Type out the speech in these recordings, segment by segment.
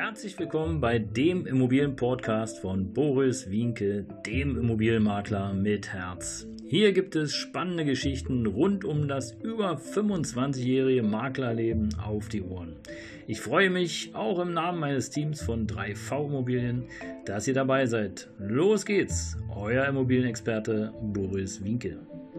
Herzlich willkommen bei dem Immobilienpodcast von Boris Wienke, dem Immobilienmakler mit Herz. Hier gibt es spannende Geschichten rund um das über 25-jährige Maklerleben auf die Ohren. Ich freue mich auch im Namen meines Teams von 3V Immobilien, dass ihr dabei seid. Los geht's, euer Immobilienexperte Boris Wienke.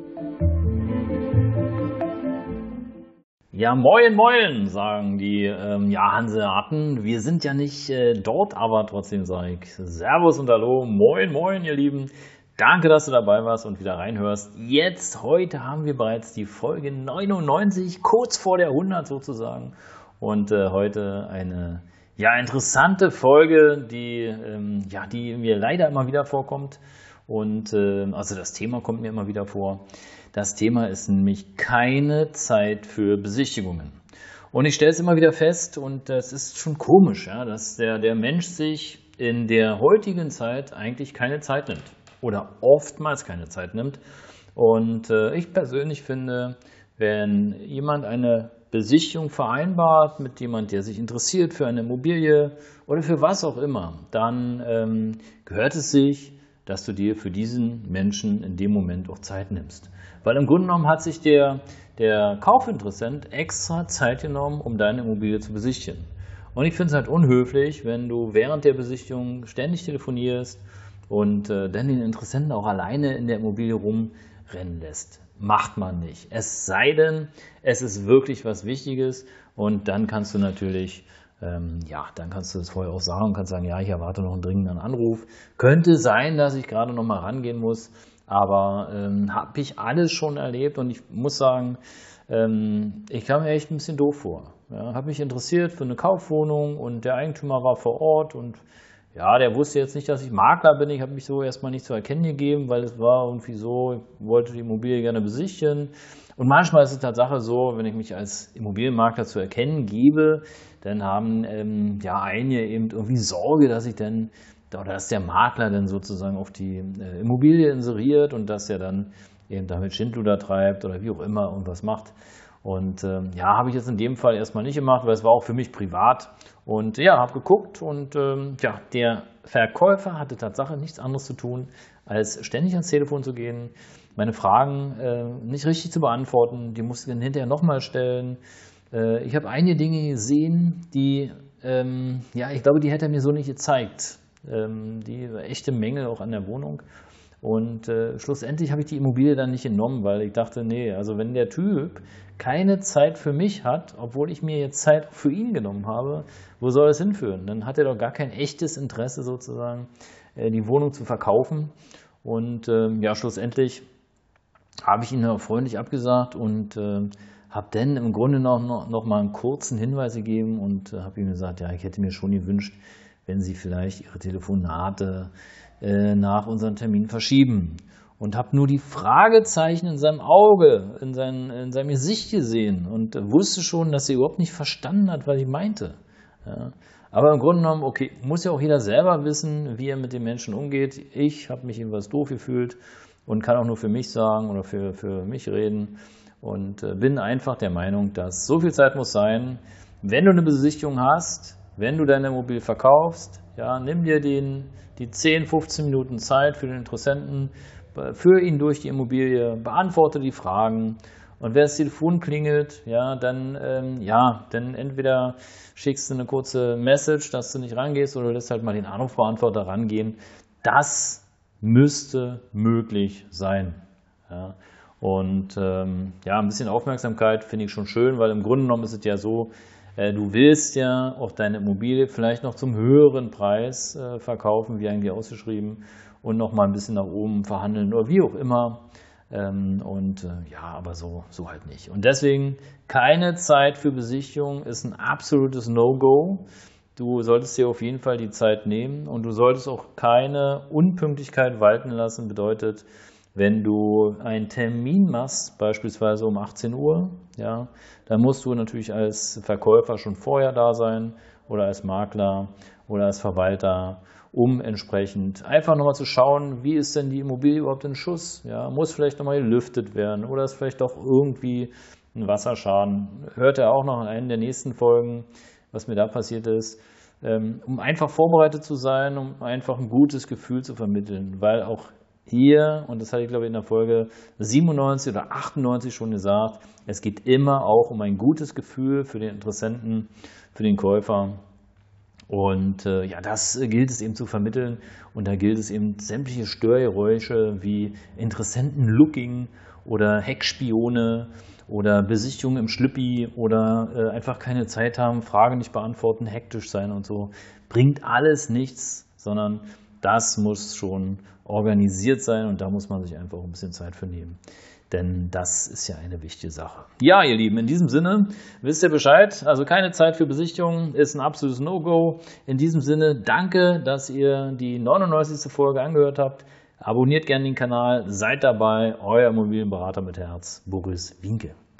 Ja, moin, moin, sagen die Hanseaten. Wir sind ja nicht dort, aber trotzdem sage ich Servus und Hallo, moin, moin, ihr Lieben. Danke, dass du dabei warst und wieder reinhörst. Heute haben wir bereits die Folge 99, kurz vor der 100 sozusagen. Und heute eine interessante Folge, die mir leider immer wieder vorkommt. Und also das Thema kommt mir immer wieder vor. Das Thema ist nämlich keine Zeit für Besichtigungen. Und ich stelle es immer wieder fest, und das ist schon komisch, ja, dass der Mensch sich in der heutigen Zeit eigentlich keine Zeit nimmt oder oftmals keine Zeit nimmt. Und ich persönlich finde, wenn jemand eine Besichtigung vereinbart mit jemand, der sich interessiert für eine Immobilie oder für was auch immer, dann gehört es sich, dass du dir für diesen Menschen in dem Moment auch Zeit nimmst. Weil im Grunde genommen hat sich der Kaufinteressent extra Zeit genommen, um deine Immobilie zu besichtigen. Und ich finde es halt unhöflich, wenn du während der Besichtigung ständig telefonierst und dann den Interessenten auch alleine in der Immobilie rumrennen lässt. Macht man nicht. Es sei denn, es ist wirklich was Wichtiges und dann kannst du natürlich dann kannst du das vorher auch sagen und kannst sagen, ja, ich erwarte noch einen dringenden Anruf. Könnte sein, dass ich gerade noch mal rangehen muss, aber habe ich alles schon erlebt und ich muss sagen, ich kam mir echt ein bisschen doof vor. Ja, habe mich interessiert für eine Kaufwohnung und der Eigentümer war vor Ort und ja, der wusste jetzt nicht, dass ich Makler bin. Ich habe mich so erstmal nicht zu erkennen gegeben, weil es war irgendwie so, ich wollte die Immobilie gerne besichtigen. Und manchmal ist es Tatsache so, wenn ich mich als Immobilienmakler zu erkennen gebe, dann haben einige eben irgendwie Sorge, dass der Makler dann sozusagen auf die Immobilie inseriert und dass er dann eben damit Schindluder treibt oder wie auch immer irgendwas macht. Und habe ich jetzt in dem Fall erstmal nicht gemacht, weil es war auch für mich privat. Und habe geguckt und der Verkäufer hatte Tatsache nichts anderes zu tun, als ständig ans Telefon zu gehen, meine Fragen nicht richtig zu beantworten, die musste ich dann hinterher nochmal stellen. Ich habe einige Dinge gesehen, die, ich glaube, die hätte er mir so nicht gezeigt. Die echte Mängel auch an der Wohnung. Und schlussendlich habe ich die Immobilie dann nicht genommen, weil ich dachte, nee, also wenn der Typ keine Zeit für mich hat, obwohl ich mir jetzt Zeit für ihn genommen habe, wo soll es hinführen? Dann hat er doch gar kein echtes Interesse sozusagen, die Wohnung zu verkaufen. Und schlussendlich habe ich ihn auch freundlich abgesagt und habe dann im Grunde noch mal einen kurzen Hinweis gegeben und habe ihm gesagt, ja, ich hätte mir schon gewünscht, wenn Sie vielleicht Ihre Telefonate nach unserem Termin verschieben. Und habe nur die Fragezeichen in seinem Auge, in seinem Gesicht gesehen und wusste schon, dass er überhaupt nicht verstanden hat, was ich meinte. Ja. Aber im Grunde genommen, okay, muss ja auch jeder selber wissen, wie er mit den Menschen umgeht. Ich habe mich etwas doof gefühlt und kann auch nur für mich sagen oder für mich reden und bin einfach der Meinung, dass so viel Zeit muss sein, wenn du eine Besichtigung hast, wenn du deine Immobilie verkaufst, ja, nimm dir die 10, 15 Minuten Zeit für den Interessenten, führ ihn durch die Immobilie, beantworte die Fragen und wenn das Telefon klingelt, ja, dann entweder schickst du eine kurze Message, dass du nicht rangehst oder lässt halt mal den Anrufbeantworter rangehen. Das müsste möglich sein. Ja. Und ein bisschen Aufmerksamkeit finde ich schon schön, weil im Grunde genommen ist es ja so, du willst ja auch deine Immobilie vielleicht noch zum höheren Preis verkaufen, wie eigentlich ausgeschrieben, und noch mal ein bisschen nach oben verhandeln oder wie auch immer. Aber so halt nicht. Und deswegen keine Zeit für Besichtigung ist ein absolutes No-Go. Du solltest dir auf jeden Fall die Zeit nehmen und du solltest auch keine Unpünktlichkeit walten lassen. Bedeutet, wenn du einen Termin machst, beispielsweise um 18 Uhr, ja, dann musst du natürlich als Verkäufer schon vorher da sein oder als Makler oder als Verwalter, um entsprechend einfach nochmal zu schauen, wie ist denn die Immobilie überhaupt in Schuss? Ja, muss vielleicht nochmal gelüftet werden oder ist vielleicht doch irgendwie ein Wasserschaden? Hört ihr auch noch in einer der nächsten Folgen, was mir da passiert ist. um einfach vorbereitet zu sein, um einfach ein gutes Gefühl zu vermitteln, weil auch hier, und das hatte ich glaube ich in der Folge 97 oder 98 schon gesagt, es geht immer auch um ein gutes Gefühl für den Interessenten, für den Käufer. Und ja, das gilt es eben zu vermitteln, und da gilt es eben sämtliche Störgeräusche wie Interessenten-Looking oder Heckspione oder Besichtigung im Schlüppi oder einfach keine Zeit haben, Fragen nicht beantworten, hektisch sein und so, bringt alles nichts, sondern das muss schon organisiert sein, und da muss man sich einfach ein bisschen Zeit für nehmen. Denn das ist ja eine wichtige Sache. Ja, ihr Lieben, in diesem Sinne, wisst ihr Bescheid, also keine Zeit für Besichtigung ist ein absolutes No-Go. In diesem Sinne, danke, dass ihr die 99. Folge angehört habt. Abonniert gerne den Kanal, seid dabei, euer Immobilienberater mit Herz, Boris Wienke.